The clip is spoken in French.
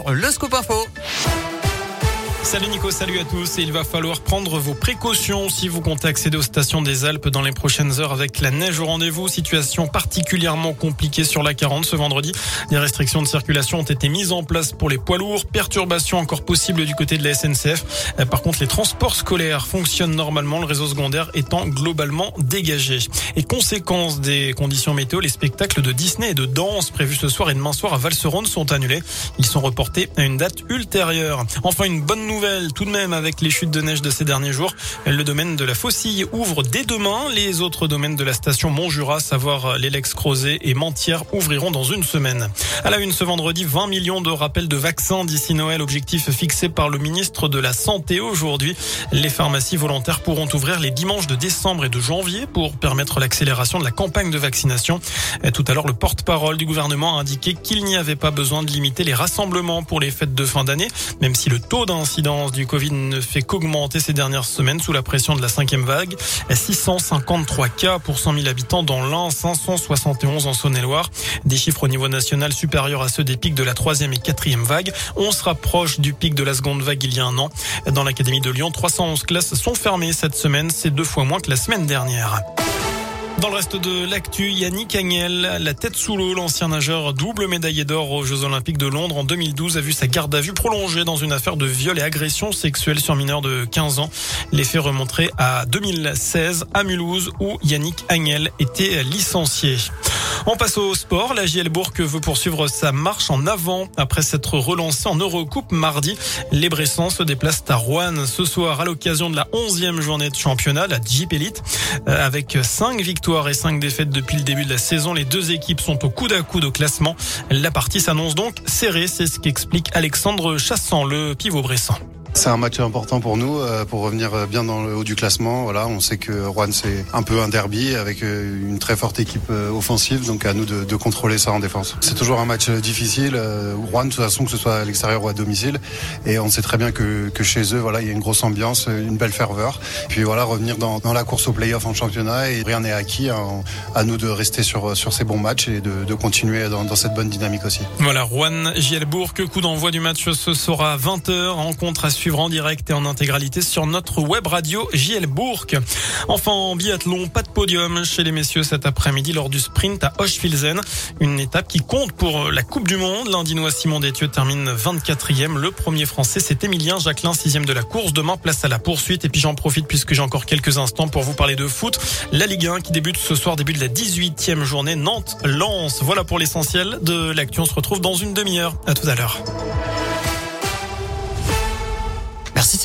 maintenant le Scoop Info. Salut Nico, salut à tous. Et il va falloir prendre vos précautions si vous comptez accéder aux stations des Alpes dans les prochaines heures avec la neige au rendez-vous. Situation particulièrement compliquée sur la 40 ce vendredi. Des restrictions de circulation ont été mises en place pour les poids lourds. Perturbations encore possibles du côté de la SNCF. Par contre, les transports scolaires fonctionnent normalement, le réseau secondaire étant globalement dégagé. Et conséquence des conditions météo, les spectacles de Disney et de danse prévus ce soir et demain soir à Valserone sont annulés. Ils sont reportés à une date ultérieure. Enfin, une bonne nouvelle tout de même avec les chutes de neige de ces derniers jours. Le domaine de la Faucille ouvre dès demain. Les autres domaines de la station Montjura, savoir l'Elex-Crozet et Mentières, ouvriront dans une semaine. À la une ce vendredi, 20 millions de rappels de vaccins d'ici Noël, objectif fixé par le ministre de la Santé aujourd'hui. Les pharmacies volontaires pourront ouvrir les dimanches de décembre et de janvier pour permettre l'accélération de la campagne de vaccination. Tout à l'heure, le porte-parole du gouvernement a indiqué qu'il n'y avait pas besoin de limiter les rassemblements pour les fêtes de fin d'année, même si le taux d'incidence du Covid ne fait qu'augmenter ces dernières semaines sous la pression de la 5e vague. 653 cas pour 100 000 habitants dans l'Ain, 571 en Saône-et-Loire. Des chiffres au niveau national supérieurs à ceux des pics de la 3e et 4e vague. On se rapproche du pic de la seconde vague il y a un an. Dans l'académie de Lyon, 311 classes sont fermées cette semaine. C'est 2 fois moins que la semaine dernière. Dans le reste de l'actu, Yannick Agnel, la tête sous l'eau, l'ancien nageur double médaillé d'or aux Jeux Olympiques de Londres en 2012, a vu sa garde à vue prolongée dans une affaire de viol et agression sexuelle sur mineur de 15 ans. Les faits remonteraient à 2016 à Mulhouse où Yannick Agnel était licencié. On passe au sport. La JL Bourg veut poursuivre sa marche en avant après s'être relancée en Eurocoupe mardi. Les Bressans se déplacent à Roanne ce soir à l'occasion de la 11e journée de championnat, la Jeep Elite. Avec 5 victoires et 5 défaites depuis le début de la saison, les deux équipes sont au coude à coude au classement. La partie s'annonce donc serrée, c'est ce qu'explique Alexandre Chassant, le pivot bressan. C'est un match important pour nous, pour revenir bien dans le haut du classement. Voilà, on sait que Roanne c'est un peu un derby avec une très forte équipe offensive, donc à nous de contrôler ça en défense. C'est toujours un match difficile. Roanne, de toute façon, que ce soit à l'extérieur ou à domicile, et on sait très bien que chez eux, voilà, il y a une grosse ambiance, une belle ferveur. Puis voilà, revenir dans la course au play-off en championnat et rien n'est acquis. À nous de rester sur ces bons matchs et de continuer dans cette bonne dynamique aussi. Voilà, Roanne, JL Bourg, coup d'envoi du match ce sera à 20h. Rencontre à suivre en direct et en intégralité sur notre web radio JL Bourg. Enfin, en biathlon, pas de podium chez les messieurs cet après-midi lors du sprint à Hochfilzen. Une étape qui compte pour la Coupe du Monde. L'Indinois Simon Détieux termine 24e. Le premier français, c'est Émilien Jacquelin, 6e de la course. Demain, place à la poursuite. Et puis j'en profite puisque j'ai encore quelques instants pour vous parler de foot. La Ligue 1 qui débute ce soir, début de la 18e journée. Nantes-Lens. Voilà pour l'essentiel de l'actu. On se retrouve dans une demi-heure. À tout à l'heure.